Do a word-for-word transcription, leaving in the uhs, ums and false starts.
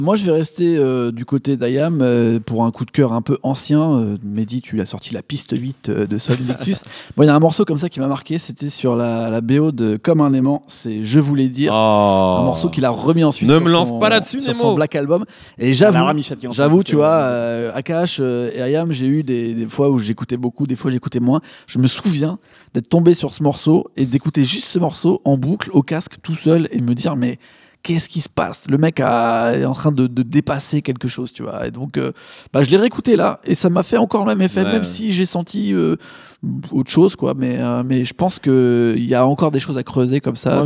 Moi, je vais rester euh, du côté d'Ayam euh, pour un coup de cœur un peu ancien. Euh, Mehdi, tu as sorti la piste huit euh, de Sol Invictus. Bon, il y a un morceau comme ça qui m'a marqué. C'était sur la, la B O de Comme un aimant. C'est Je voulais dire. Oh. Un morceau qu'il a remis ensuite ne sur, me lance son, pas là-dessus, sur Nemo. son Black Album. Et j'avoue, j'avoue tu vois, euh, Akash euh, et Ayam, j'ai eu des, des fois où j'écoutais beaucoup, des fois j'écoutais moins. Je me souviens d'être tombé sur ce morceau et d'écouter juste ce morceau en boucle, au casque, tout seul, et me dire, mais qu'est-ce qui se passe ? Le mec a, est en train de, de dépasser quelque chose, tu vois. Et donc, euh, bah, je l'ai réécouté là, et ça m'a fait encore le même effet, ouais. même si j'ai senti euh, autre chose, quoi. Mais, euh, mais je pense qu'il y a encore des choses à creuser comme ça.